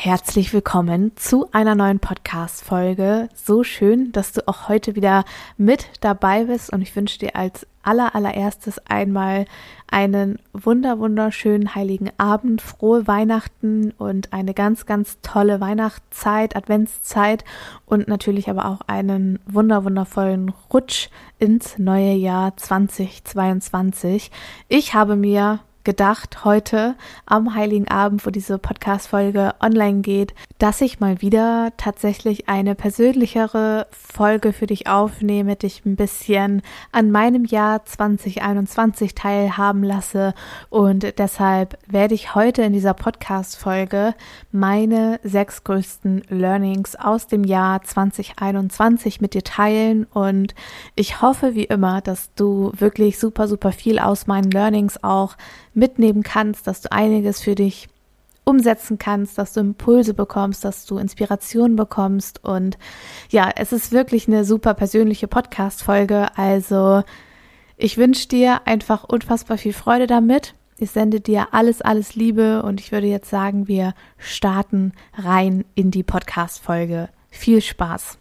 Herzlich willkommen zu einer neuen Podcast-Folge. So schön, dass du auch heute wieder mit dabei bist und ich wünsche dir als allererstes einmal einen wunderschönen heiligen Abend, frohe Weihnachten und eine ganz tolle Weihnachtszeit, Adventszeit und natürlich aber auch einen wundervollen Rutsch ins neue Jahr 2022. Ich habe mir gedacht, heute am Heiligen Abend, wo diese Podcast-Folge online geht, dass ich mal wieder tatsächlich eine persönlichere Folge für dich aufnehme, dich ein bisschen an meinem Jahr 2021 teilhaben lasse und deshalb werde ich heute in dieser Podcast-Folge meine 6 größten Learnings aus dem Jahr 2021 mit dir teilen und ich hoffe wie immer, dass du wirklich super viel aus meinen Learnings auch mitnehmen kannst, dass du einiges für dich umsetzen kannst, dass du Impulse bekommst, dass du Inspiration bekommst und ja, es ist wirklich eine super persönliche Podcast-Folge, also ich wünsche dir einfach unfassbar viel Freude damit. Ich sende dir alles Liebe und ich würde jetzt sagen, wir starten rein in die Podcast-Folge. Viel Spaß!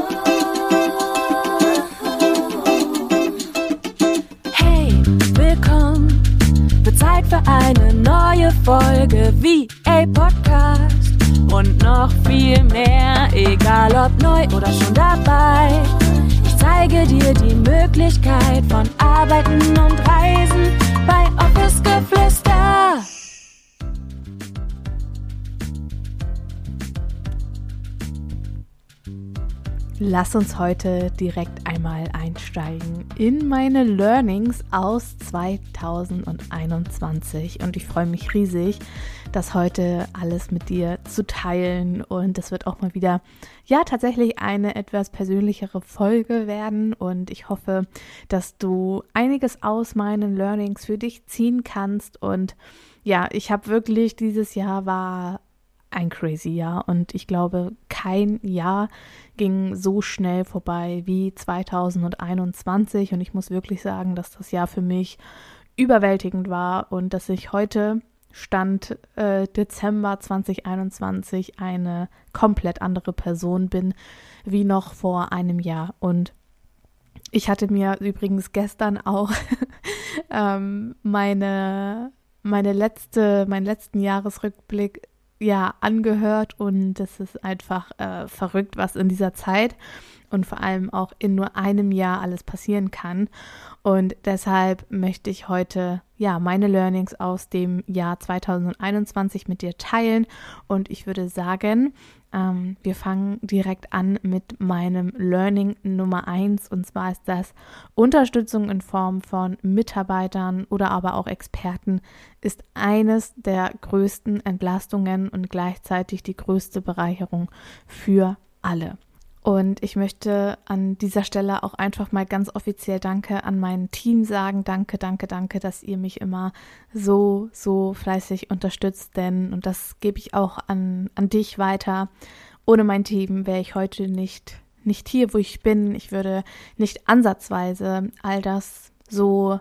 Hey, willkommen! Wird Zeit für eine neue Folge VA Podcast und noch viel mehr, egal ob neu oder schon dabei. Ich zeige dir die Möglichkeit von Arbeiten und Reisen bei Office Geflüster. Lass uns heute direkt einmal einsteigen in meine Learnings aus 2021 und ich freue mich riesig, das heute alles mit dir zu teilen und es wird auch mal wieder, ja, tatsächlich eine etwas persönlichere Folge werden und ich hoffe, dass du einiges aus meinen Learnings für dich ziehen kannst und ja, ich habe wirklich, dieses Jahr war ein crazy Jahr und ich glaube, kein Jahr ging so schnell vorbei wie 2021 und ich muss wirklich sagen, dass das Jahr für mich überwältigend war und dass ich heute, Stand Dezember 2021, eine komplett andere Person bin wie noch vor einem Jahr und ich hatte mir übrigens gestern auch meinen letzten Jahresrückblick angehört und das ist einfach verrückt, was in dieser Zeit und vor allem auch in nur einem Jahr alles passieren kann und deshalb möchte ich heute meine Learnings aus dem Jahr 2021 mit dir teilen und ich würde sagen, wir fangen direkt an mit meinem Learning Nummer 1 und zwar ist das: Unterstützung in Form von Mitarbeitern oder aber auch Experten ist eines der größten Entlastungen und gleichzeitig die größte Bereicherung für alle. Und ich möchte an dieser Stelle auch einfach mal ganz offiziell Danke an mein Team sagen. Danke, dass ihr mich immer so fleißig unterstützt, denn, und das gebe ich auch an dich weiter, ohne mein Team wäre ich heute nicht hier, wo ich bin. Ich würde nicht ansatzweise all das so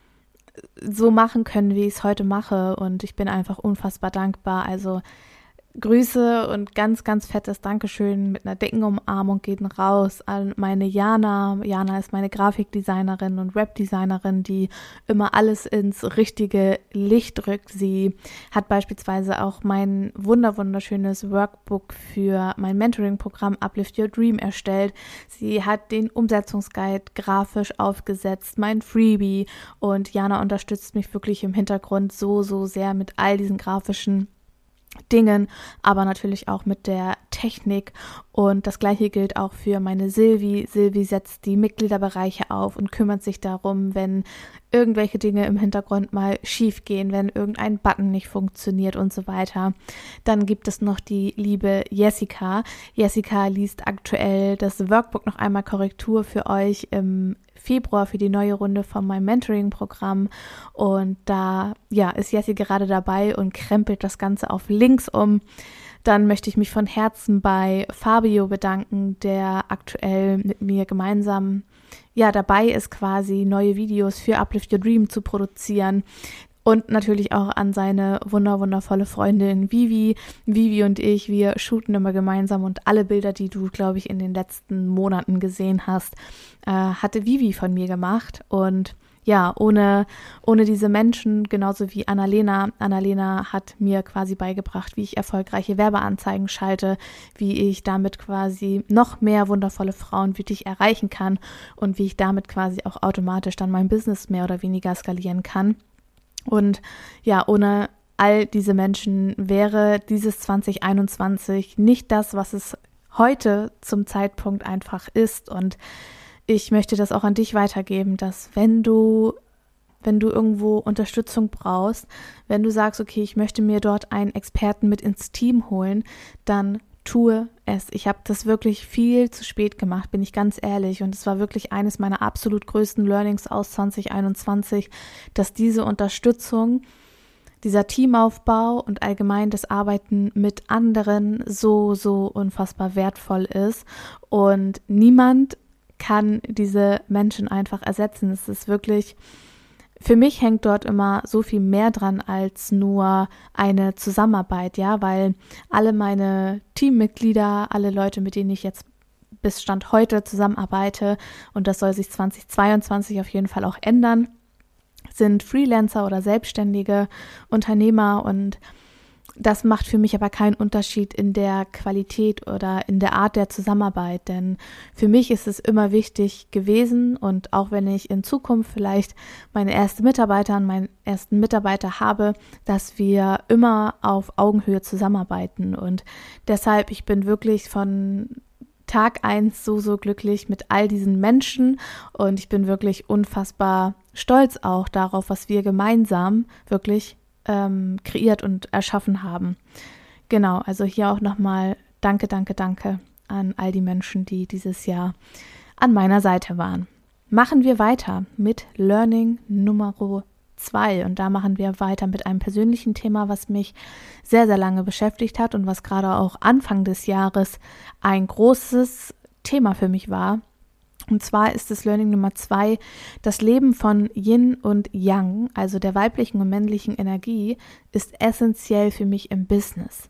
machen können, wie ich es heute mache und ich bin einfach unfassbar dankbar. Also Grüße und ganz fettes Dankeschön mit einer dicken Umarmung gehen raus an meine Jana. Jana ist meine Grafikdesignerin und Webdesignerin, die immer alles ins richtige Licht rückt. Sie hat beispielsweise auch mein wunderschönes Workbook für mein Mentoring-Programm Uplift Your Dream erstellt. Sie hat den Umsetzungsguide grafisch aufgesetzt, mein Freebie und Jana unterstützt mich wirklich im Hintergrund so sehr mit all diesen grafischen Dingen, aber natürlich auch mit der Technik und das gleiche gilt auch für meine Silvi. Silvi setzt die Mitgliederbereiche auf und kümmert sich darum, wenn irgendwelche Dinge im Hintergrund mal schief gehen, wenn irgendein Button nicht funktioniert und so weiter. Dann gibt es noch die liebe Jessica. Jessica liest aktuell das Workbook noch einmal Korrektur für euch im Februar für die neue Runde von meinem Mentoring-Programm und da ist Jessie gerade dabei und krempelt das Ganze auf links um. Dann möchte ich mich von Herzen bei Fabio bedanken, der aktuell mit mir gemeinsam dabei ist, quasi neue Videos für Uplift Your Dream zu produzieren. Und natürlich auch an seine wundervolle Freundin Vivi. Vivi und ich, wir shooten immer gemeinsam und alle Bilder, die du, glaube ich, in den letzten Monaten gesehen hast, hatte Vivi von mir gemacht. Und ja, ohne diese Menschen, genauso wie Annalena. Annalena hat mir quasi beigebracht, wie ich erfolgreiche Werbeanzeigen schalte, wie ich damit quasi noch mehr wundervolle Frauen wie dich erreichen kann und wie ich damit quasi auch automatisch dann mein Business mehr oder weniger skalieren kann. Und ja, ohne all diese Menschen wäre dieses 2021 nicht das, was es heute zum Zeitpunkt einfach ist. Und ich möchte das auch an dich weitergeben, dass wenn du irgendwo Unterstützung brauchst, wenn du sagst, okay, ich möchte mir dort einen Experten mit ins Team holen, dann tue es. Ich habe das wirklich viel zu spät gemacht, bin ich ganz ehrlich. Und es war wirklich eines meiner absolut größten Learnings aus 2021, dass diese Unterstützung, dieser Teamaufbau und allgemein das Arbeiten mit anderen so unfassbar wertvoll ist. Und niemand kann diese Menschen einfach ersetzen. Es ist wirklich, für mich hängt dort immer so viel mehr dran als nur eine Zusammenarbeit, ja, weil alle meine Teammitglieder, alle Leute, mit denen ich jetzt bis Stand heute zusammenarbeite, und das soll sich 2022 auf jeden Fall auch ändern, sind Freelancer oder selbstständige Unternehmer, und das macht für mich aber keinen Unterschied in der Qualität oder in der Art der Zusammenarbeit, denn für mich ist es immer wichtig gewesen, und auch wenn ich in Zukunft vielleicht meine erste Mitarbeiterin, meinen ersten Mitarbeiter habe, dass wir immer auf Augenhöhe zusammenarbeiten, und deshalb, ich bin wirklich von Tag 1 so glücklich mit all diesen Menschen, und ich bin wirklich unfassbar stolz auch darauf, was wir gemeinsam wirklich kreiert und erschaffen haben. Genau, also hier auch nochmal danke an all die Menschen, die dieses Jahr an meiner Seite waren. Machen wir weiter mit Learning Nummer 2, und da machen wir weiter mit einem persönlichen Thema, was mich sehr lange beschäftigt hat und was gerade auch Anfang des Jahres ein großes Thema für mich war. Und zwar ist das Learning Nummer 2, das Leben von Yin und Yang, also der weiblichen und männlichen Energie, ist essentiell für mich im Business.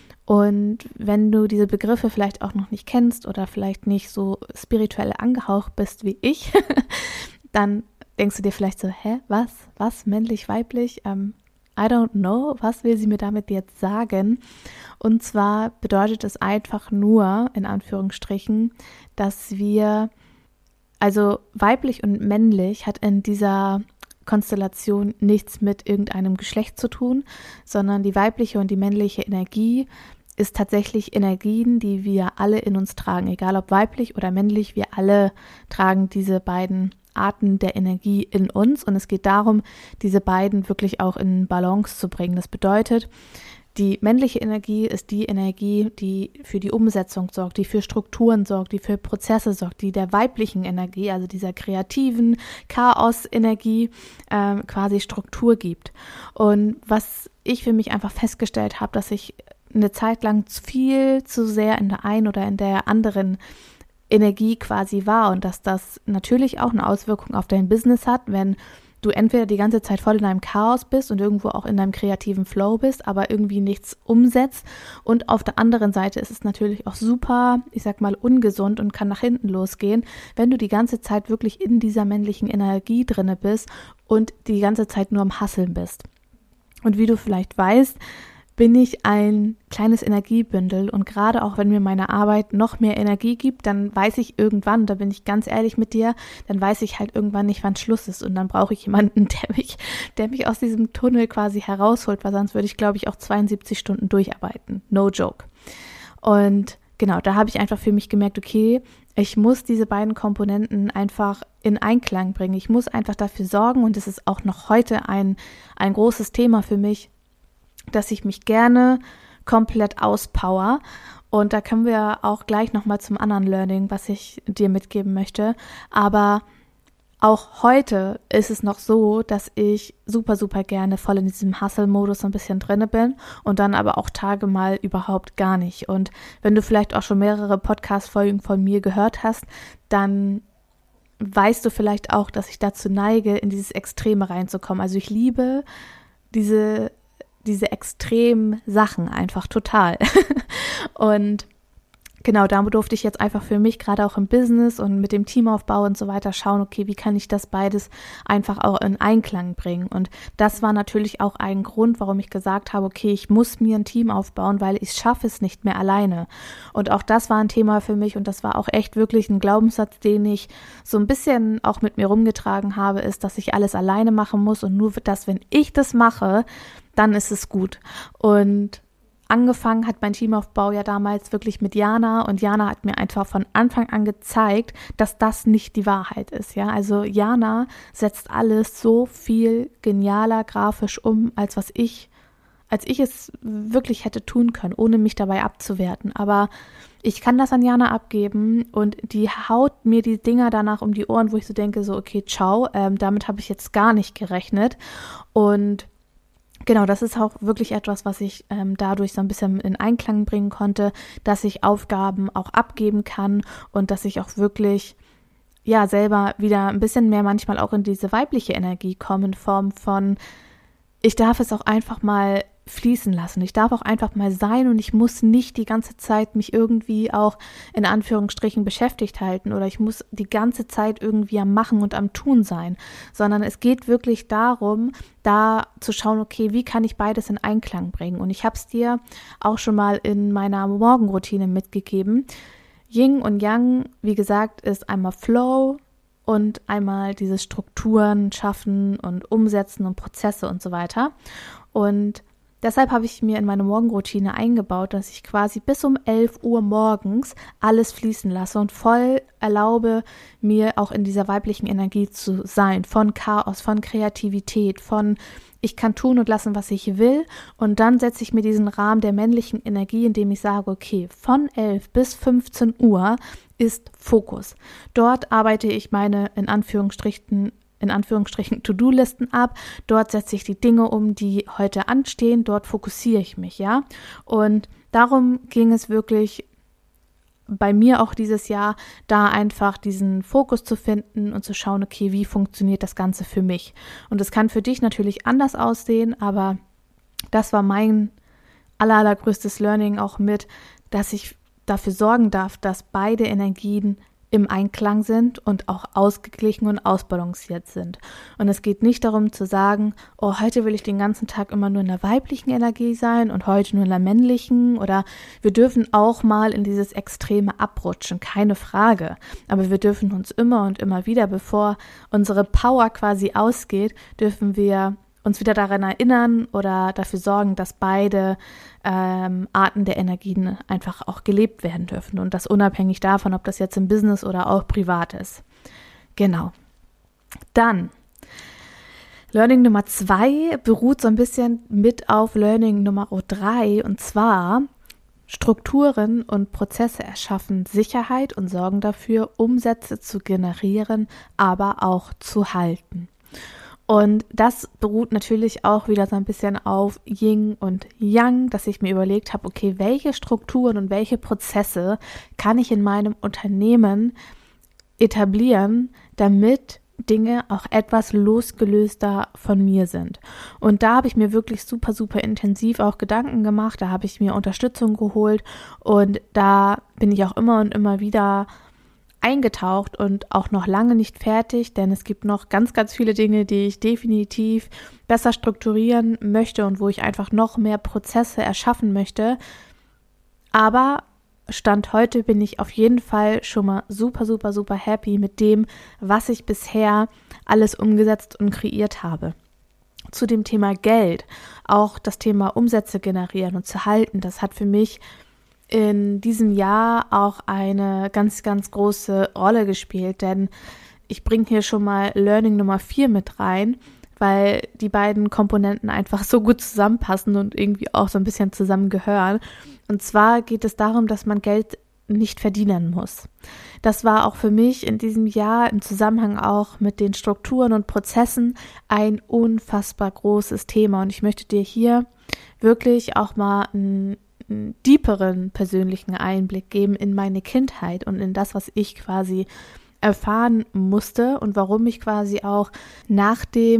Und wenn du diese Begriffe vielleicht auch noch nicht kennst oder vielleicht nicht so spirituell angehaucht bist wie ich, dann denkst du dir vielleicht so, was, männlich, weiblich? I don't know, was will sie mir damit jetzt sagen? Und zwar bedeutet es einfach nur, in Anführungsstrichen, dass wir, also weiblich und männlich hat in dieser Konstellation nichts mit irgendeinem Geschlecht zu tun, sondern die weibliche und die männliche Energie ist tatsächlich Energien, die wir alle in uns tragen, egal ob weiblich oder männlich, wir alle tragen diese beiden Arten der Energie in uns, und es geht darum, diese beiden wirklich auch in Balance zu bringen. Das bedeutet, die männliche Energie ist die Energie, die für die Umsetzung sorgt, die für Strukturen sorgt, die für Prozesse sorgt, die der weiblichen Energie, also dieser kreativen Chaos-Energie quasi Struktur gibt. Und was ich für mich einfach festgestellt habe, dass ich eine Zeit lang viel zu sehr in der einen oder in der anderen Energie quasi war, und dass das natürlich auch eine Auswirkung auf dein Business hat, wenn du entweder die ganze Zeit voll in deinem Chaos bist und irgendwo auch in deinem kreativen Flow bist, aber irgendwie nichts umsetzt, und auf der anderen Seite ist es natürlich auch super, ich sag mal, ungesund und kann nach hinten losgehen, wenn du die ganze Zeit wirklich in dieser männlichen Energie drinne bist und die ganze Zeit nur am Hasseln bist. Und wie du vielleicht weißt, bin ich ein kleines Energiebündel, und gerade auch wenn mir meine Arbeit noch mehr Energie gibt, dann weiß ich irgendwann, da bin ich ganz ehrlich mit dir, dann weiß ich halt irgendwann nicht, wann Schluss ist, und dann brauche ich jemanden, der mich aus diesem Tunnel quasi herausholt, weil sonst würde ich, glaube ich, auch 72 Stunden durcharbeiten. No joke. Und genau, da habe ich einfach für mich gemerkt, okay, ich muss diese beiden Komponenten einfach in Einklang bringen. Ich muss einfach dafür sorgen, und das ist auch noch heute ein großes Thema für mich, dass ich mich gerne komplett auspower. Und da können wir auch gleich nochmal zum anderen Learning, was ich dir mitgeben möchte. Aber auch heute ist es noch so, dass ich super gerne voll in diesem Hustle-Modus so ein bisschen drinne bin und dann aber auch Tage mal überhaupt gar nicht. Und wenn du vielleicht auch schon mehrere Podcast-Folgen von mir gehört hast, dann weißt du vielleicht auch, dass ich dazu neige, in dieses Extreme reinzukommen. Also ich liebe diese extremen Sachen einfach total. Und genau, da durfte ich jetzt einfach für mich, gerade auch im Business und mit dem Teamaufbau und so weiter, schauen, okay, wie kann ich das beides einfach auch in Einklang bringen? Und das war natürlich auch ein Grund, warum ich gesagt habe, okay, ich muss mir ein Team aufbauen, weil ich schaffe es nicht mehr alleine. Und auch das war ein Thema für mich und das war auch echt wirklich ein Glaubenssatz, den ich so ein bisschen auch mit mir rumgetragen habe, ist, dass ich alles alleine machen muss und nur das, wenn ich das mache, dann ist es gut. Und angefangen hat mein Teamaufbau ja damals wirklich mit Jana und Jana hat mir einfach von Anfang an gezeigt, dass das nicht die Wahrheit ist, ja. Also Jana setzt alles so viel genialer grafisch um, als ich es wirklich hätte tun können, ohne mich dabei abzuwerten. Aber ich kann das an Jana abgeben und die haut mir die Dinger danach um die Ohren, wo ich so denke, so okay, ciao, damit habe ich jetzt gar nicht gerechnet. Und genau, das ist auch wirklich etwas, was ich dadurch so ein bisschen in Einklang bringen konnte, dass ich Aufgaben auch abgeben kann und dass ich auch wirklich ja selber wieder ein bisschen mehr manchmal auch in diese weibliche Energie komme in Form von, ich darf es auch einfach mal fließen lassen. Ich darf auch einfach mal sein und ich muss nicht die ganze Zeit mich irgendwie auch in Anführungsstrichen beschäftigt halten oder ich muss die ganze Zeit irgendwie am Machen und am Tun sein, sondern es geht wirklich darum, da zu schauen, okay, wie kann ich beides in Einklang bringen? Und ich habe es dir auch schon mal in meiner Morgenroutine mitgegeben. Yin und Yang, wie gesagt, ist einmal Flow und einmal diese Strukturen schaffen und umsetzen und Prozesse und so weiter. Und deshalb habe ich mir in meine Morgenroutine eingebaut, dass ich quasi bis um 11 Uhr morgens alles fließen lasse und voll erlaube, mir auch in dieser weiblichen Energie zu sein, von Chaos, von Kreativität, von ich kann tun und lassen, was ich will und dann setze ich mir diesen Rahmen der männlichen Energie, indem ich sage, okay, von 11 bis 15 Uhr ist Fokus. Dort arbeite ich meine in Anführungsstrichen To-Do-Listen ab. Dort setze ich die Dinge um, die heute anstehen. Dort fokussiere ich mich, ja. Und darum ging es wirklich bei mir auch dieses Jahr, da einfach diesen Fokus zu finden und zu schauen, okay, wie funktioniert das Ganze für mich? Und es kann für dich natürlich anders aussehen, aber das war mein allergrößtes Learning auch mit, dass ich dafür sorgen darf, dass beide Energien im Einklang sind und auch ausgeglichen und ausbalanciert sind. Und es geht nicht darum zu sagen, oh, heute will ich den ganzen Tag immer nur in der weiblichen Energie sein und heute nur in der männlichen oder wir dürfen auch mal in dieses Extreme abrutschen, keine Frage. Aber wir dürfen uns immer und immer wieder, bevor unsere Power quasi ausgeht, dürfen wir uns wieder daran erinnern oder dafür sorgen, dass beide Arten der Energien einfach auch gelebt werden dürfen und das unabhängig davon, ob das jetzt im Business oder auch privat ist. Genau. Dann Learning Nummer 2 beruht so ein bisschen mit auf Learning Nummer 3 und zwar Strukturen und Prozesse erschaffen Sicherheit und sorgen dafür, Umsätze zu generieren, aber auch zu halten. Und das beruht natürlich auch wieder so ein bisschen auf Yin und Yang, dass ich mir überlegt habe, okay, welche Strukturen und welche Prozesse kann ich in meinem Unternehmen etablieren, damit Dinge auch etwas losgelöster von mir sind. Und da habe ich mir wirklich super intensiv auch Gedanken gemacht, da habe ich mir Unterstützung geholt und da bin ich auch immer und immer wieder eingetaucht und auch noch lange nicht fertig, denn es gibt noch ganz viele Dinge, die ich definitiv besser strukturieren möchte und wo ich einfach noch mehr Prozesse erschaffen möchte. Aber Stand heute bin ich auf jeden Fall schon mal super happy mit dem, was ich bisher alles umgesetzt und kreiert habe. Zu dem Thema Geld, auch das Thema Umsätze generieren und zu halten, das hat für mich in diesem Jahr auch eine ganz große Rolle gespielt, denn ich bringe hier schon mal Learning Nummer 4 mit rein, weil die beiden Komponenten einfach so gut zusammenpassen und irgendwie auch so ein bisschen zusammengehören. Und zwar geht es darum, dass man Geld nicht verdienen muss. Das war auch für mich in diesem Jahr im Zusammenhang auch mit den Strukturen und Prozessen ein unfassbar großes Thema und ich möchte dir hier wirklich auch mal einen deeperen persönlichen Einblick geben in meine Kindheit und in das, was ich quasi erfahren musste und warum ich quasi auch nach dem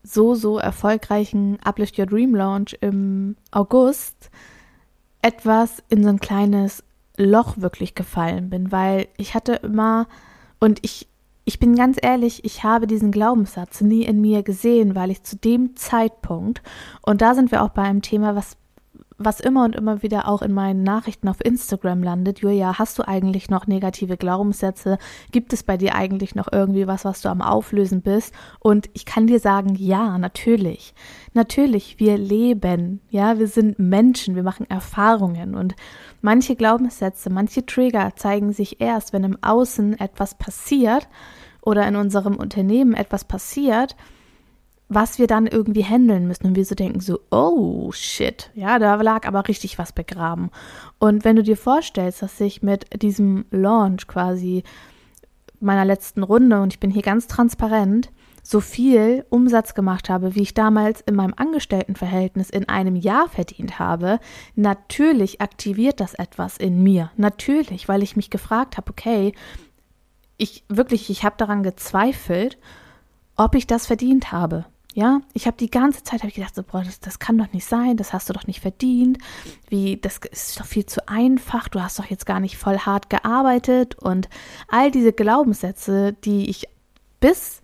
so erfolgreichen Uplift Your Dream Launch im August etwas in so ein kleines Loch wirklich gefallen bin, weil ich hatte immer, und ich bin ganz ehrlich, ich habe diesen Glaubenssatz nie in mir gesehen, weil ich zu dem Zeitpunkt, und da sind wir auch bei einem Thema, was immer und immer wieder auch in meinen Nachrichten auf Instagram landet. Julia, hast du eigentlich noch negative Glaubenssätze? Gibt es bei dir eigentlich noch irgendwie was du am Auflösen bist? Und ich kann dir sagen, ja, natürlich. Natürlich, wir leben, ja, wir sind Menschen, wir machen Erfahrungen und manche Glaubenssätze, manche Trigger zeigen sich erst, wenn im Außen etwas passiert oder in unserem Unternehmen etwas passiert, was wir dann irgendwie handeln müssen und wir so denken so, oh shit, ja, da lag aber richtig was begraben. Und wenn du dir vorstellst, dass ich mit diesem Launch quasi meiner letzten Runde, und ich bin hier ganz transparent, so viel Umsatz gemacht habe, wie ich damals in meinem Angestelltenverhältnis in einem Jahr verdient habe, natürlich aktiviert das etwas in mir. Natürlich, weil ich mich gefragt habe, okay, ich habe daran gezweifelt, ob ich das verdient habe. Ja, ich habe die ganze Zeit gedacht, so, boah, das kann doch nicht sein, das hast du doch nicht verdient, das ist doch viel zu einfach, du hast doch jetzt gar nicht voll hart gearbeitet und all diese Glaubenssätze, die ich bis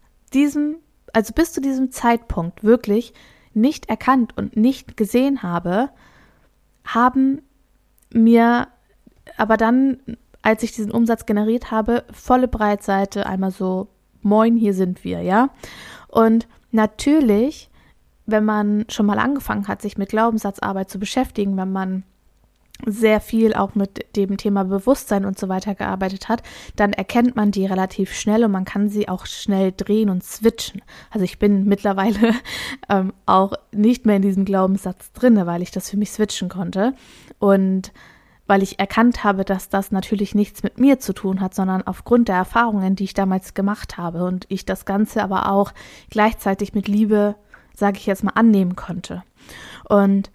zu diesem Zeitpunkt wirklich nicht erkannt und nicht gesehen habe, haben mir aber dann, als ich diesen Umsatz generiert habe, volle Breitseite einmal so, moin, hier sind wir, ja, und natürlich, wenn man schon mal angefangen hat, sich mit Glaubenssatzarbeit zu beschäftigen, wenn man sehr viel auch mit dem Thema Bewusstsein und so weiter gearbeitet hat, dann erkennt man die relativ schnell und man kann sie auch schnell drehen und switchen. Also ich bin mittlerweile auch nicht mehr in diesem Glaubenssatz drin, weil ich das für mich switchen konnte und weil ich erkannt habe, dass das natürlich nichts mit mir zu tun hat, sondern aufgrund der Erfahrungen, die ich damals gemacht habe und ich das Ganze aber auch gleichzeitig mit Liebe, sage ich jetzt mal, annehmen konnte. Und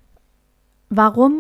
warum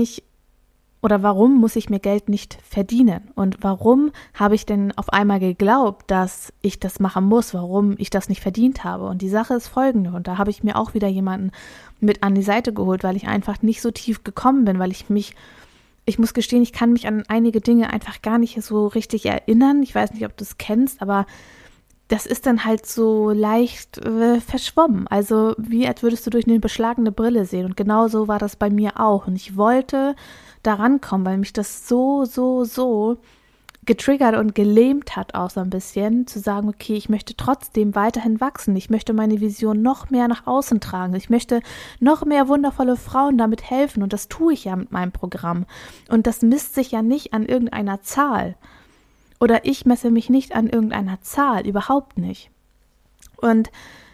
muss ich mir Geld nicht verdienen? Und warum habe ich denn auf einmal geglaubt, dass ich das machen muss, warum ich das nicht verdient habe? Und die Sache ist folgende, und da habe ich mir auch wieder jemanden mit an die Seite geholt, weil ich einfach nicht so tief gekommen bin, weil ich muss gestehen, ich kann mich an einige Dinge einfach gar nicht so richtig erinnern. Ich weiß nicht, ob du es kennst, aber das ist dann halt so leicht verschwommen. Also wie als würdest du durch eine beschlagene Brille sehen. Und genau so war das bei mir auch. Und ich wollte da rankommen, weil mich das so getriggert und gelähmt hat auch so ein bisschen, zu sagen, okay, ich möchte trotzdem weiterhin wachsen. Ich möchte meine Vision noch mehr nach außen tragen. Ich möchte noch mehr wundervolle Frauen damit helfen. Und das tue ich ja mit meinem Programm. Und das misst sich ja nicht an irgendeiner Zahl. Oder ich messe mich nicht an irgendeiner Zahl, überhaupt nicht. Und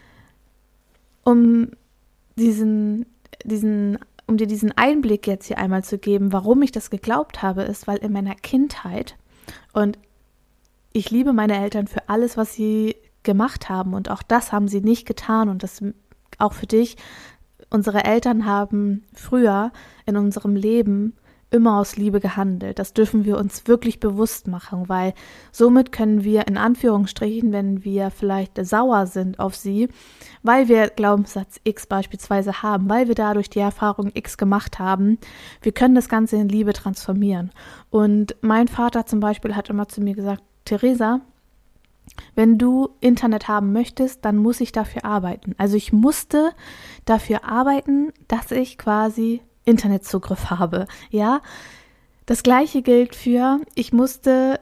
um dir diesen Einblick jetzt hier einmal zu geben, warum ich das geglaubt habe, ist, weil in meiner Kindheit, und ich liebe meine Eltern für alles, was sie gemacht haben, und auch das haben sie nicht getan, und das auch für dich, unsere Eltern haben früher in unserem Leben immer aus Liebe gehandelt. Das dürfen wir uns wirklich bewusst machen, weil somit können wir in Anführungsstrichen, wenn wir vielleicht sauer sind auf sie, weil wir Glaubenssatz X beispielsweise haben, weil wir dadurch die Erfahrung X gemacht haben, wir können das Ganze in Liebe transformieren. Und mein Vater zum Beispiel hat immer zu mir gesagt, Theresa, wenn du Internet haben möchtest, dann muss ich dafür arbeiten. Also ich musste dafür arbeiten, dass ich quasi Internetzugriff habe, ja. Das Gleiche gilt für, ich musste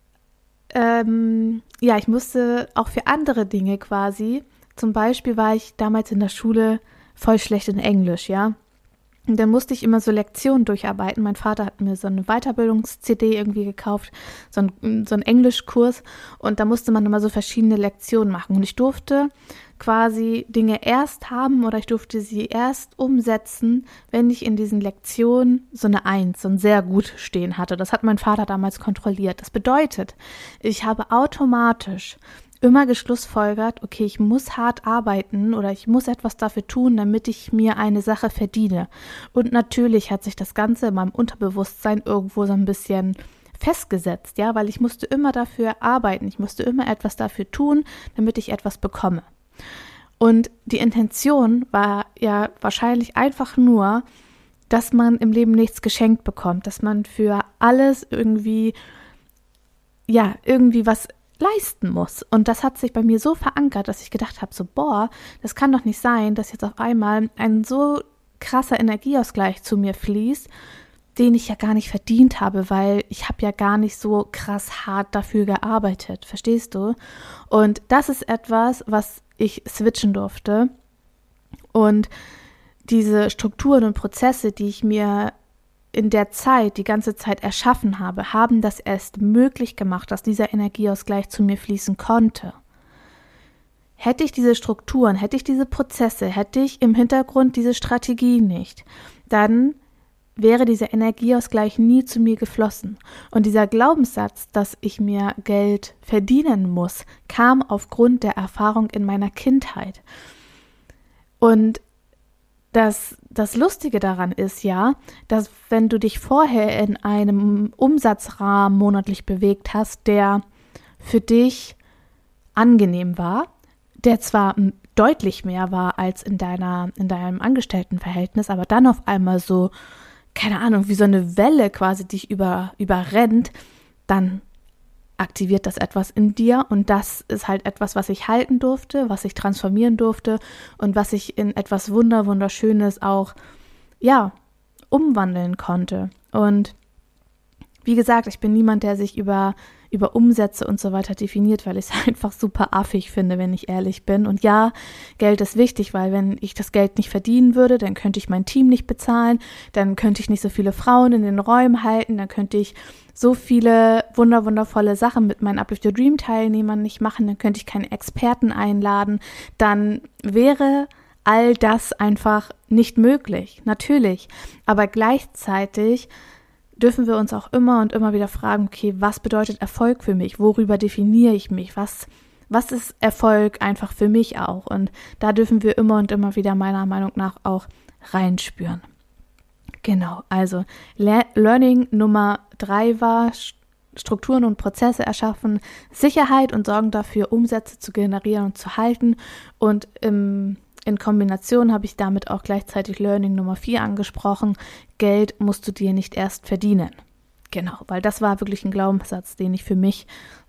auch für andere Dinge quasi, zum Beispiel war ich damals in der Schule voll schlecht in Englisch, ja. Und dann musste ich immer so Lektionen durcharbeiten. Mein Vater hat mir so eine Weiterbildungs-CD irgendwie gekauft, so einen Englischkurs, und da musste man immer so verschiedene Lektionen machen. Und ich durfte quasi Dinge erst haben oder ich durfte sie erst umsetzen, wenn ich in diesen Lektionen so eine 1, so ein sehr gut stehen hatte. Das hat mein Vater damals kontrolliert. Das bedeutet, ich habe automatisch immer geschlussfolgert, okay, ich muss hart arbeiten oder ich muss etwas dafür tun, damit ich mir eine Sache verdiene. Und natürlich hat sich das Ganze in meinem Unterbewusstsein irgendwo so ein bisschen festgesetzt, ja, weil ich musste immer dafür arbeiten, ich musste immer etwas dafür tun, damit ich etwas bekomme. Und die Intention war ja wahrscheinlich einfach nur, dass man im Leben nichts geschenkt bekommt, dass man für alles irgendwie was leisten muss. Und das hat sich bei mir so verankert, dass ich gedacht habe, so das kann doch nicht sein, dass jetzt auf einmal ein so krasser Energieausgleich zu mir fließt, den ich ja gar nicht verdient habe, weil ich habe ja gar nicht so krass hart dafür gearbeitet, verstehst du? Und das ist etwas, was ich switchen durfte. Und diese Strukturen und Prozesse, die ich mir in der Zeit, die ganze Zeit erschaffen habe, haben das erst möglich gemacht, dass dieser Energieausgleich zu mir fließen konnte. Hätte ich diese Strukturen, hätte ich diese Prozesse, hätte ich im Hintergrund diese Strategie nicht, dann wäre dieser Energieausgleich nie zu mir geflossen. Und dieser Glaubenssatz, dass ich mir Geld verdienen muss, kam aufgrund der Erfahrung in meiner Kindheit. Und das Lustige daran ist ja, dass wenn du dich vorher in einem Umsatzrahmen monatlich bewegt hast, der für dich angenehm war, der zwar deutlich mehr war als in deinem Angestelltenverhältnis, aber dann auf einmal so, keine Ahnung, wie so eine Welle quasi dich überrennt, dann aktiviert das etwas in dir und das ist halt etwas, was ich halten durfte, was ich transformieren durfte und was ich in etwas Wunderschönes auch, umwandeln konnte. Und wie gesagt, ich bin niemand, der sich über Umsätze und so weiter definiert, weil ich es einfach super affig finde, wenn ich ehrlich bin. Und ja, Geld ist wichtig, weil wenn ich das Geld nicht verdienen würde, dann könnte ich mein Team nicht bezahlen, dann könnte ich nicht so viele Frauen in den Räumen halten, dann könnte ich so viele wundervolle Sachen mit meinen Uplift Your Dream Teilnehmern nicht machen, dann könnte ich keine Experten einladen, dann wäre all das einfach nicht möglich, natürlich. Aber gleichzeitig dürfen wir uns auch immer und immer wieder fragen, okay, was bedeutet Erfolg für mich? Worüber definiere ich mich? Was ist Erfolg einfach für mich auch? Und da dürfen wir immer und immer wieder meiner Meinung nach auch reinspüren. Genau, also Learning Nummer 3 war Strukturen und Prozesse erschaffen, Sicherheit und sorgen dafür, Umsätze zu generieren und zu halten. Und in Kombination habe ich damit auch gleichzeitig Learning Nummer 4 angesprochen. Geld musst du dir nicht erst verdienen. Genau, weil das war wirklich ein Glaubenssatz, den ich für mich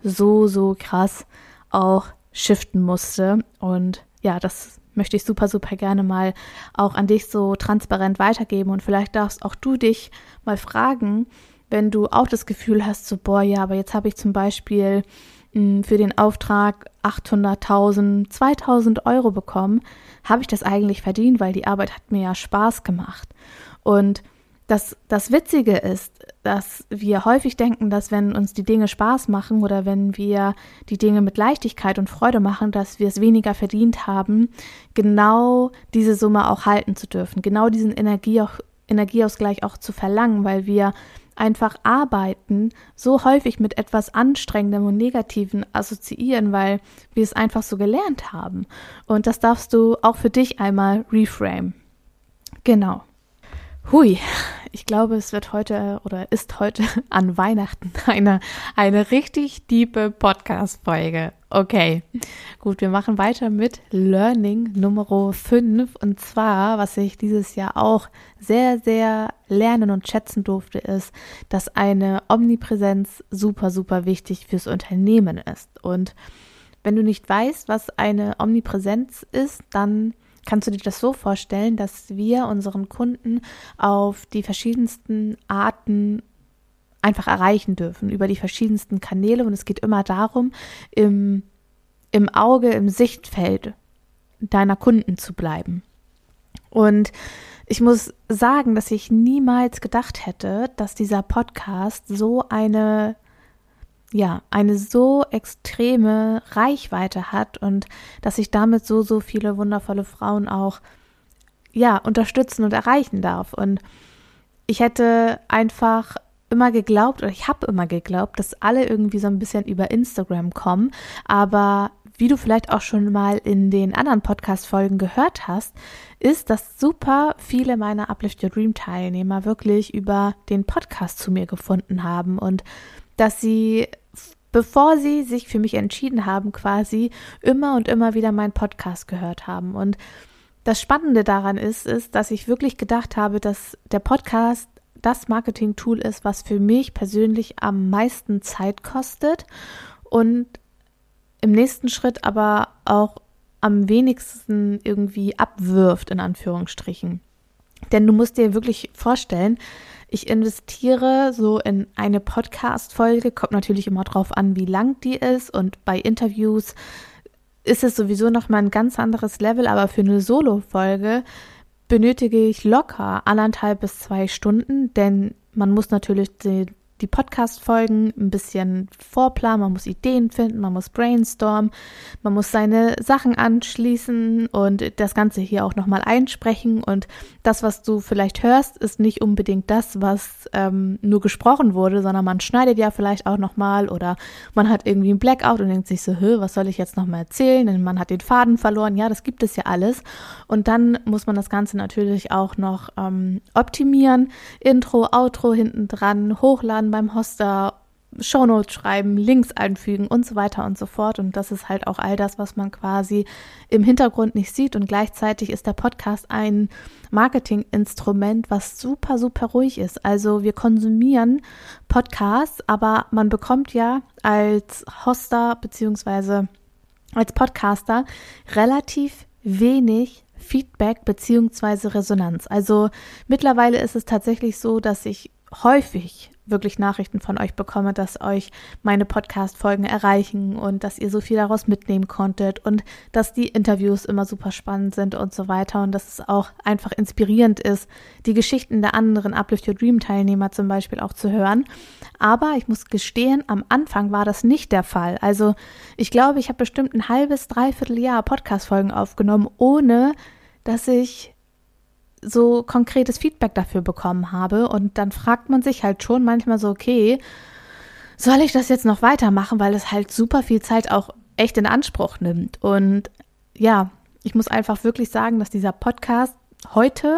so krass auch shiften musste. Und ja, das möchte ich super gerne mal auch an dich so transparent weitergeben. Und vielleicht darfst auch du dich mal fragen, wenn du auch das Gefühl hast, so aber jetzt habe ich zum Beispiel für den Auftrag 800.000, 2.000 Euro bekommen, habe ich das eigentlich verdient, weil die Arbeit hat mir ja Spaß gemacht. Und das Witzige ist, dass wir häufig denken, dass wenn uns die Dinge Spaß machen oder wenn wir die Dinge mit Leichtigkeit und Freude machen, dass wir es weniger verdient haben, genau diese Summe auch halten zu dürfen, genau diesen Energieausgleich auch zu verlangen, weil wir einfach Arbeiten so häufig mit etwas Anstrengendem und Negativem assoziieren, weil wir es einfach so gelernt haben. Und das darfst du auch für dich einmal reframe. Genau. Hui, ich glaube, es wird heute oder ist heute an Weihnachten eine richtig tiefe Podcast-Folge. Okay, gut, wir machen weiter mit Learning Nummer 5. Und zwar, was ich dieses Jahr auch sehr lernen und schätzen durfte, ist, dass eine Omnipräsenz super wichtig fürs Unternehmen ist. Und wenn du nicht weißt, was eine Omnipräsenz ist, dann kannst du dir das so vorstellen, dass wir unseren Kunden auf die verschiedensten Arten einfach erreichen dürfen, über die verschiedensten Kanäle. Und es geht immer darum, im Auge, im Sichtfeld deiner Kunden zu bleiben. Und ich muss sagen, dass ich niemals gedacht hätte, dass dieser Podcast so eine so extreme Reichweite hat und dass ich damit so viele wundervolle Frauen auch unterstützen und erreichen darf. Und ich hätte einfach immer geglaubt, oder ich habe immer geglaubt, dass alle irgendwie so ein bisschen über Instagram kommen, aber wie du vielleicht auch schon mal in den anderen Podcast-Folgen gehört hast, ist, dass super viele meiner Uplift Your Dream Teilnehmer wirklich über den Podcast zu mir gefunden haben und dass sie bevor sie sich für mich entschieden haben, quasi immer und immer wieder meinen Podcast gehört haben. Und das Spannende daran ist, dass ich wirklich gedacht habe, dass der Podcast das Marketing-Tool ist, was für mich persönlich am meisten Zeit kostet und im nächsten Schritt aber auch am wenigsten irgendwie abwirft, in Anführungsstrichen. Denn du musst dir wirklich vorstellen, ich investiere so in eine Podcast-Folge, kommt natürlich immer drauf an, wie lang die ist, und bei Interviews ist es sowieso nochmal ein ganz anderes Level, aber für eine Solo-Folge benötige ich locker 1,5 bis 2 Stunden, denn man muss natürlich die Podcast-Folgen ein bisschen vorplanen, man muss Ideen finden, man muss brainstormen, man muss seine Sachen anschließen und das Ganze hier auch nochmal einsprechen, und das, was du vielleicht hörst, ist nicht unbedingt das, was nur gesprochen wurde, sondern man schneidet ja vielleicht auch nochmal, oder man hat irgendwie einen Blackout und denkt sich so, was soll ich jetzt nochmal erzählen, denn man hat den Faden verloren, ja, das gibt es ja alles, und dann muss man das Ganze natürlich auch noch optimieren, Intro, Outro hinten dran, hochladen beim Hoster, Shownotes schreiben, Links einfügen und so weiter und so fort. Und das ist halt auch all das, was man quasi im Hintergrund nicht sieht. Und gleichzeitig ist der Podcast ein Marketinginstrument, was super, super ruhig ist. Also wir konsumieren Podcasts, aber man bekommt ja als Hoster beziehungsweise als Podcaster relativ wenig Feedback beziehungsweise Resonanz. Also mittlerweile ist es tatsächlich so, dass ich häufig wirklich Nachrichten von euch bekomme, dass euch meine Podcast-Folgen erreichen und dass ihr so viel daraus mitnehmen konntet und dass die Interviews immer super spannend sind und so weiter, und dass es auch einfach inspirierend ist, die Geschichten der anderen Uplift Your Dream Teilnehmer zum Beispiel auch zu hören. Aber ich muss gestehen, am Anfang war das nicht der Fall. Also ich glaube, ich habe bestimmt ein halbes, dreiviertel Jahr Podcast-Folgen aufgenommen, ohne dass ich so konkretes Feedback dafür bekommen habe, und dann fragt man sich halt schon manchmal so, okay, soll ich das jetzt noch weitermachen, weil es halt super viel Zeit auch echt in Anspruch nimmt. Und ja, ich muss einfach wirklich sagen, dass dieser Podcast heute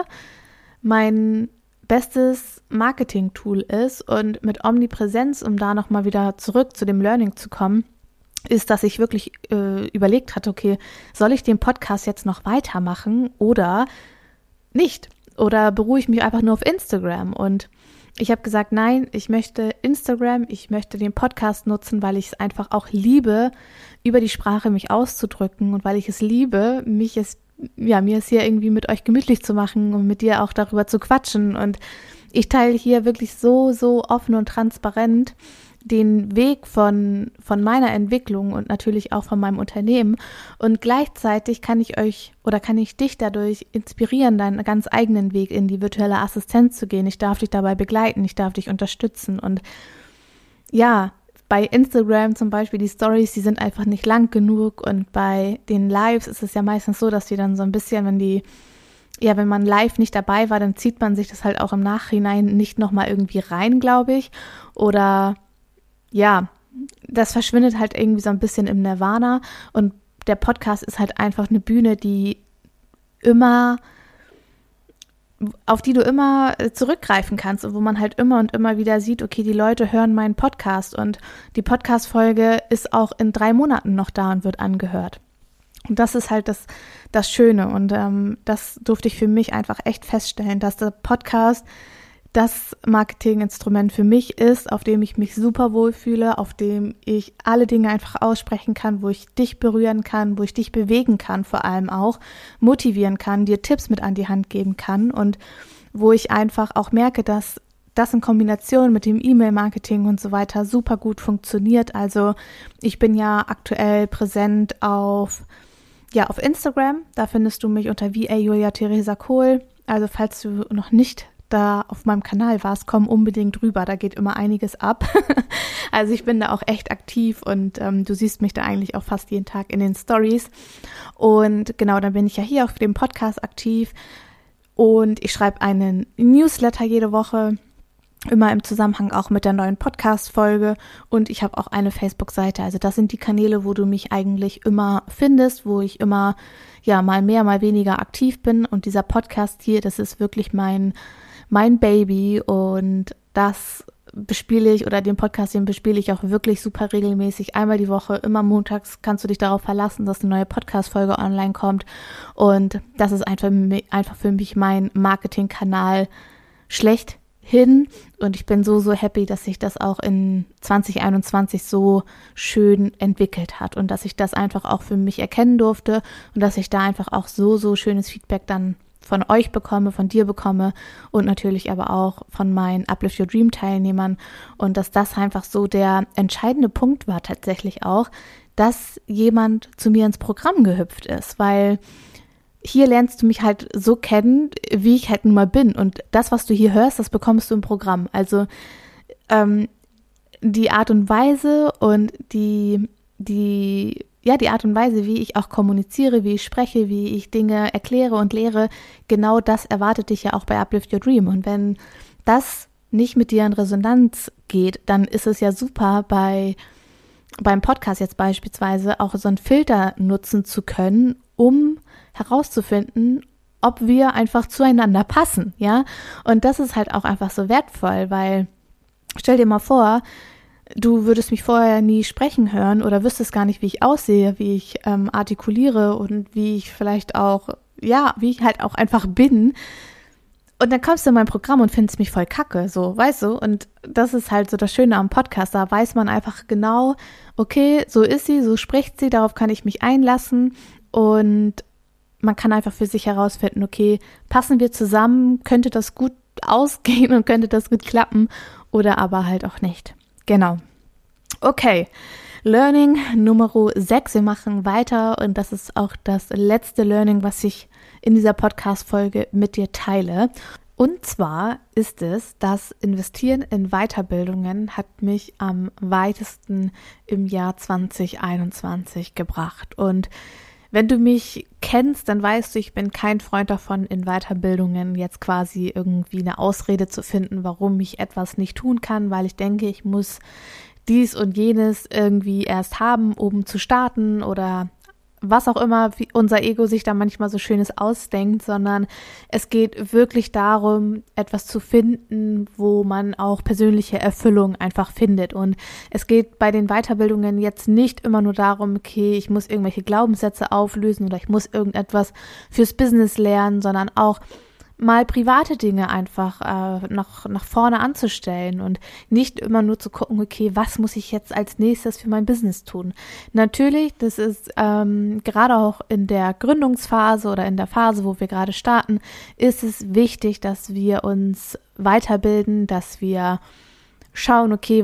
mein bestes Marketing-Tool ist, und mit Omnipräsenz, um da nochmal wieder zurück zu dem Learning zu kommen, ist, dass ich wirklich überlegt hatte, okay, soll ich den Podcast jetzt noch weitermachen oder nicht? Oder beruhe ich mich einfach nur auf Instagram? Und ich habe gesagt, nein, ich möchte Instagram, ich möchte den Podcast nutzen, weil ich es einfach auch liebe, über die Sprache mich auszudrücken, und weil ich es liebe, mir es hier irgendwie mit euch gemütlich zu machen und mit dir auch darüber zu quatschen. Und ich teile hier wirklich so, so offen und transparent den Weg von meiner Entwicklung und natürlich auch von meinem Unternehmen, und gleichzeitig kann ich dich dadurch inspirieren, deinen ganz eigenen Weg in die virtuelle Assistenz zu gehen. Ich darf dich dabei begleiten, ich darf dich unterstützen, und ja, bei Instagram zum Beispiel, die Stories, die sind einfach nicht lang genug, und bei den Lives ist es ja meistens so, dass die dann so ein bisschen, wenn man live nicht dabei war, dann zieht man sich das halt auch im Nachhinein nicht nochmal irgendwie rein, glaube ich, oder ja, das verschwindet halt irgendwie so ein bisschen im Nirvana, und der Podcast ist halt einfach eine Bühne, auf die du immer zurückgreifen kannst und wo man halt immer und immer wieder sieht, okay, die Leute hören meinen Podcast, und die Podcast-Folge ist auch in 3 Monaten noch da und wird angehört. Und das ist halt das Schöne, und das durfte ich für mich einfach echt feststellen, dass der Podcast das Marketinginstrument für mich ist, auf dem ich mich super wohlfühle, auf dem ich alle Dinge einfach aussprechen kann, wo ich dich berühren kann, wo ich dich bewegen kann, vor allem auch motivieren kann, dir Tipps mit an die Hand geben kann, und wo ich einfach auch merke, dass das in Kombination mit dem E-Mail-Marketing und so weiter super gut funktioniert. Also ich bin ja aktuell präsent auf Instagram, da findest du mich unter VA Julia Theresa Kohl. Also falls du noch nicht da auf meinem Kanal warst, komm unbedingt rüber, da geht immer einiges ab. Also ich bin da auch echt aktiv, und du siehst mich da eigentlich auch fast jeden Tag in den Stories. Und genau, dann bin ich ja hier auf dem Podcast aktiv, und ich schreibe einen Newsletter jede Woche, immer im Zusammenhang auch mit der neuen Podcast-Folge, und ich habe auch eine Facebook-Seite. Also das sind die Kanäle, wo du mich eigentlich immer findest, wo ich immer mal mehr, mal weniger aktiv bin, und dieser Podcast hier, das ist wirklich mein Baby, und das bespiele ich oder den Podcast, den bespiele ich auch wirklich super regelmäßig. Einmal die Woche, immer montags kannst du dich darauf verlassen, dass eine neue Podcast-Folge online kommt. Und das ist einfach für mich mein Marketingkanal schlechthin. Und ich bin so happy, dass sich das auch in 2021 so schön entwickelt hat und dass ich das einfach auch für mich erkennen durfte und dass ich da einfach auch so schönes Feedback dann von euch bekomme, von dir bekomme und natürlich aber auch von meinen Uplift Your Dream Teilnehmern und dass das einfach so der entscheidende Punkt war tatsächlich auch, dass jemand zu mir ins Programm gehüpft ist, weil hier lernst du mich halt so kennen, wie ich halt nun mal bin und das, was du hier hörst, das bekommst du im Programm. Also die Art und Weise und die Art und Weise, wie ich auch kommuniziere, wie ich spreche, wie ich Dinge erkläre und lehre, genau das erwartet dich ja auch bei Uplift Your Dream. Und wenn das nicht mit dir in Resonanz geht, dann ist es ja super, beim Podcast jetzt beispielsweise auch so einen Filter nutzen zu können, um herauszufinden, ob wir einfach zueinander passen, ja. Und das ist halt auch einfach so wertvoll, weil stell dir mal vor, du würdest mich vorher nie sprechen hören oder wüsstest gar nicht, wie ich aussehe, wie ich artikuliere und wie ich vielleicht auch, wie ich halt auch einfach bin. Und dann kommst du in mein Programm und findest mich voll kacke, so, weißt du? Und das ist halt so das Schöne am Podcast, da weiß man einfach genau, okay, so ist sie, so spricht sie, darauf kann ich mich einlassen und man kann einfach für sich herausfinden, okay, passen wir zusammen, könnte das gut ausgehen und könnte das gut klappen oder aber halt auch nicht. Genau. Okay, Learning Nummer 6. Wir machen weiter und das ist auch das letzte Learning, was ich in dieser Podcast-Folge mit dir teile. Und zwar ist es, das Investieren in Weiterbildungen hat mich am weitesten im Jahr 2021 gebracht. Und wenn du mich kennst, dann weißt du, ich bin kein Freund davon, in Weiterbildungen jetzt quasi irgendwie eine Ausrede zu finden, warum ich etwas nicht tun kann, weil ich denke, ich muss dies und jenes irgendwie erst haben, um zu starten oder was auch immer, wie unser Ego sich da manchmal so Schönes ausdenkt, sondern es geht wirklich darum, etwas zu finden, wo man auch persönliche Erfüllung einfach findet. Und es geht bei den Weiterbildungen jetzt nicht immer nur darum, okay, ich muss irgendwelche Glaubenssätze auflösen oder ich muss irgendetwas fürs Business lernen, sondern auch mal private Dinge einfach nach vorne anzustellen und nicht immer nur zu gucken, okay, was muss ich jetzt als nächstes für mein Business tun? Natürlich, das ist gerade auch in der Gründungsphase oder in der Phase, wo wir gerade starten, ist es wichtig, dass wir uns weiterbilden, dass wir schauen, okay,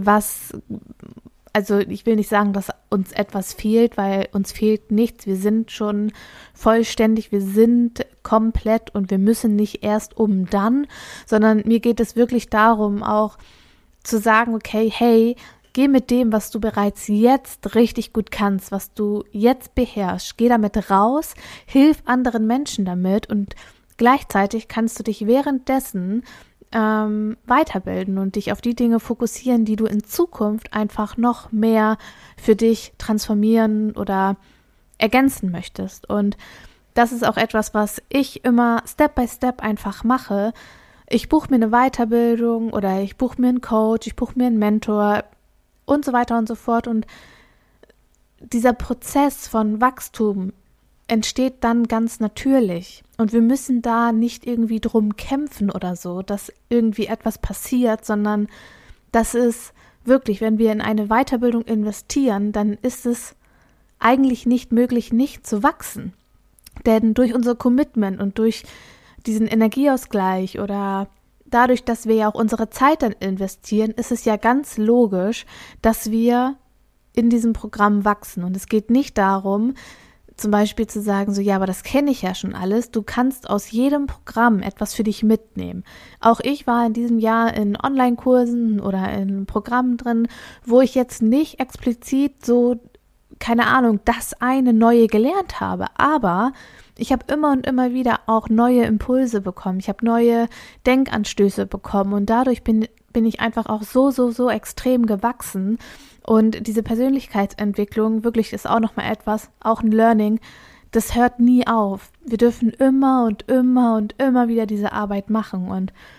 also ich will nicht sagen, dass uns etwas fehlt, weil uns fehlt nichts. Wir sind schon vollständig, wir sind komplett und wir müssen nicht erst dann, sondern mir geht es wirklich darum, auch zu sagen, okay, hey, geh mit dem, was du bereits jetzt richtig gut kannst, was du jetzt beherrschst, geh damit raus, hilf anderen Menschen damit und gleichzeitig kannst du dich währenddessen weiterbilden und dich auf die Dinge fokussieren, die du in Zukunft einfach noch mehr für dich transformieren oder ergänzen möchtest. Und das ist auch etwas, was ich immer Step by Step einfach mache. Ich buche mir eine Weiterbildung oder ich buche mir einen Coach, ich buche mir einen Mentor und so weiter und so fort. Und dieser Prozess von Wachstum entsteht dann ganz natürlich. Und wir müssen da nicht irgendwie drum kämpfen oder so, dass irgendwie etwas passiert, sondern das ist wirklich, wenn wir in eine Weiterbildung investieren, dann ist es eigentlich nicht möglich, nicht zu wachsen. Denn durch unser Commitment und durch diesen Energieausgleich oder dadurch, dass wir ja auch unsere Zeit dann investieren, ist es ja ganz logisch, dass wir in diesem Programm wachsen. Und es geht nicht darum, zum Beispiel zu sagen, so ja, aber das kenne ich ja schon alles. Du kannst aus jedem Programm etwas für dich mitnehmen. Auch ich war in diesem Jahr in Online-Kursen oder in Programmen drin, wo ich jetzt nicht explizit so, keine Ahnung, das eine Neue gelernt habe. Aber ich habe immer und immer wieder auch neue Impulse bekommen. Ich habe neue Denkanstöße bekommen und dadurch bin ich einfach auch so extrem gewachsen. Und diese Persönlichkeitsentwicklung, wirklich ist auch nochmal etwas, auch ein Learning, das hört nie auf. Wir dürfen immer und immer und immer wieder diese Arbeit machen und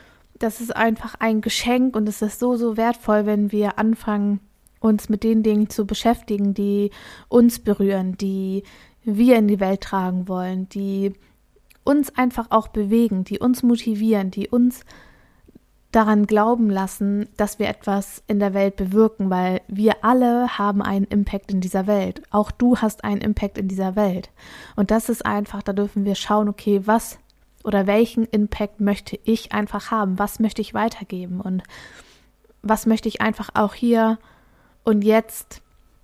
das ist einfach ein Geschenk und es ist so, so wertvoll, wenn wir anfangen, uns mit den Dingen zu beschäftigen, die uns berühren, die wir in die Welt tragen wollen, die uns einfach auch bewegen, die uns motivieren, die uns daran glauben lassen, dass wir etwas in der Welt bewirken, weil wir alle haben einen Impact in dieser Welt. Auch du hast einen Impact in dieser Welt. Und das ist einfach, da dürfen wir schauen, okay, was oder welchen Impact möchte ich einfach haben? Was möchte ich weitergeben? Und was möchte ich einfach auch hier und jetzt,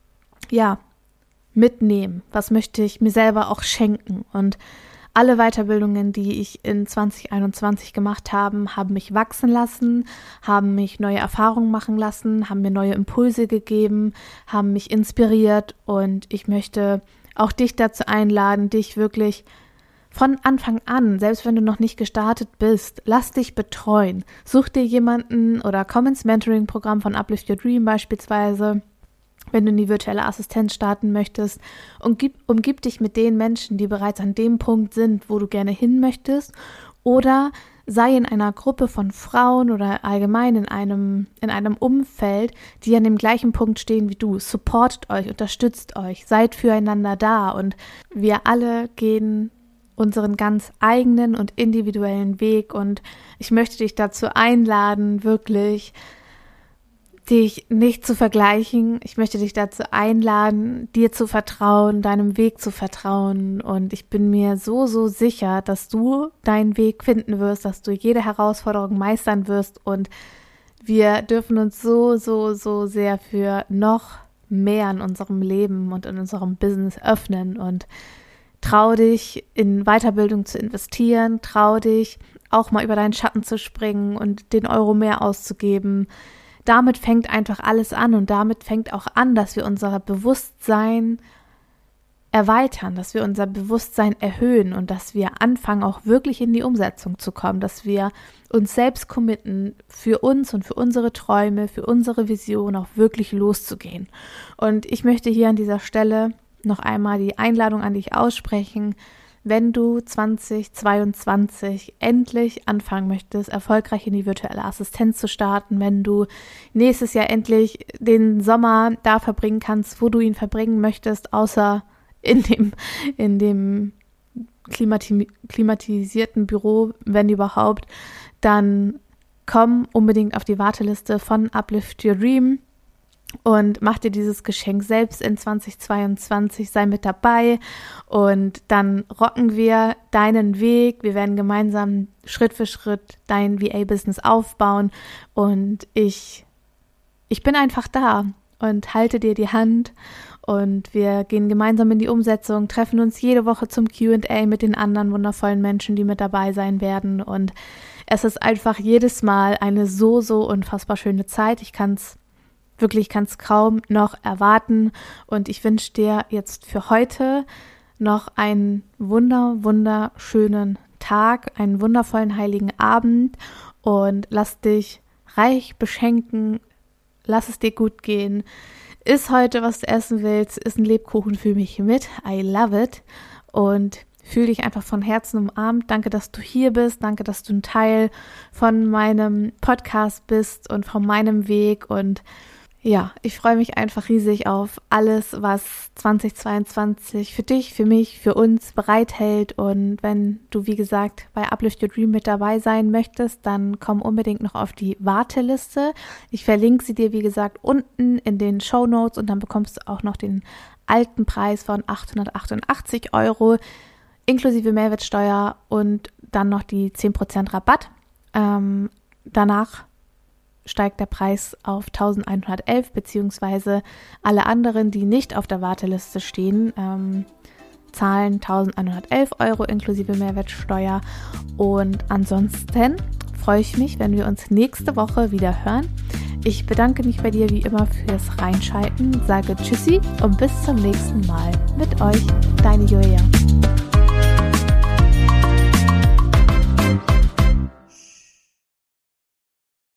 mitnehmen? Was möchte ich mir selber auch schenken? Und alle Weiterbildungen, die ich in 2021 gemacht habe, haben mich wachsen lassen, haben mich neue Erfahrungen machen lassen, haben mir neue Impulse gegeben, haben mich inspiriert und ich möchte auch dich dazu einladen, dich wirklich von Anfang an, selbst wenn du noch nicht gestartet bist, lass dich betreuen. Such dir jemanden oder komm ins Mentoring-Programm von Uplift Your Dream beispielsweise, wenn du in die virtuelle Assistenz starten möchtest, und umgib dich mit den Menschen, die bereits an dem Punkt sind, wo du gerne hin möchtest, oder sei in einer Gruppe von Frauen oder allgemein in einem Umfeld, die an dem gleichen Punkt stehen wie du. Supportet euch, unterstützt euch, seid füreinander da und wir alle gehen unseren ganz eigenen und individuellen Weg und ich möchte dich dazu einladen, wirklich dich nicht zu vergleichen. Ich möchte dich dazu einladen, dir zu vertrauen, deinem Weg zu vertrauen. Und ich bin mir so, so sicher, dass du deinen Weg finden wirst, dass du jede Herausforderung meistern wirst. Und wir dürfen uns so, so, so sehr für noch mehr in unserem Leben und in unserem Business öffnen. Und trau dich, in Weiterbildung zu investieren. Trau dich, auch mal über deinen Schatten zu springen und den Euro mehr auszugeben. Damit fängt einfach alles an und damit fängt auch an, dass wir unser Bewusstsein erweitern, dass wir unser Bewusstsein erhöhen und dass wir anfangen, auch wirklich in die Umsetzung zu kommen, dass wir uns selbst committen, für uns und für unsere Träume, für unsere Vision auch wirklich loszugehen. Und ich möchte hier an dieser Stelle noch einmal die Einladung an dich aussprechen, wenn du 2022 endlich anfangen möchtest, erfolgreich in die virtuelle Assistenz zu starten, wenn du nächstes Jahr endlich den Sommer da verbringen kannst, wo du ihn verbringen möchtest, außer in dem klimatisierten Büro, wenn überhaupt, dann komm unbedingt auf die Warteliste von Uplift Your Dream. Und mach dir dieses Geschenk selbst in 2022, sei mit dabei und dann rocken wir deinen Weg. Wir werden gemeinsam Schritt für Schritt dein VA-Business aufbauen und ich bin einfach da und halte dir die Hand und wir gehen gemeinsam in die Umsetzung, treffen uns jede Woche zum Q&A mit den anderen wundervollen Menschen, die mit dabei sein werden und es ist einfach jedes Mal eine so, so unfassbar schöne Zeit. Ich kann es kaum noch erwarten und ich wünsche dir jetzt für heute noch einen wunderschönen Tag, einen wundervollen heiligen Abend und lass dich reich beschenken, lass es dir gut gehen. Iss heute, was du essen willst, iss ein Lebkuchen für mich mit, I love it und fühl dich einfach von Herzen umarmt. Danke, dass du hier bist, danke, dass du ein Teil von meinem Podcast bist und von meinem Weg und ja, ich freue mich einfach riesig auf alles, was 2022 für dich, für mich, für uns bereithält. Und wenn du, wie gesagt, bei Uplift Your Dream mit dabei sein möchtest, dann komm unbedingt noch auf die Warteliste. Ich verlinke sie dir, wie gesagt, unten in den Shownotes und dann bekommst du auch noch den alten Preis von 888 € inklusive Mehrwertsteuer und dann noch die 10% Rabatt. Danach steigt der Preis auf 1111, beziehungsweise alle anderen, die nicht auf der Warteliste stehen, zahlen 1111 € inklusive Mehrwertsteuer. Und ansonsten freue ich mich, wenn wir uns nächste Woche wieder hören. Ich bedanke mich bei dir wie immer fürs Reinschalten, sage Tschüssi und bis zum nächsten Mal mit euch, deine Julia.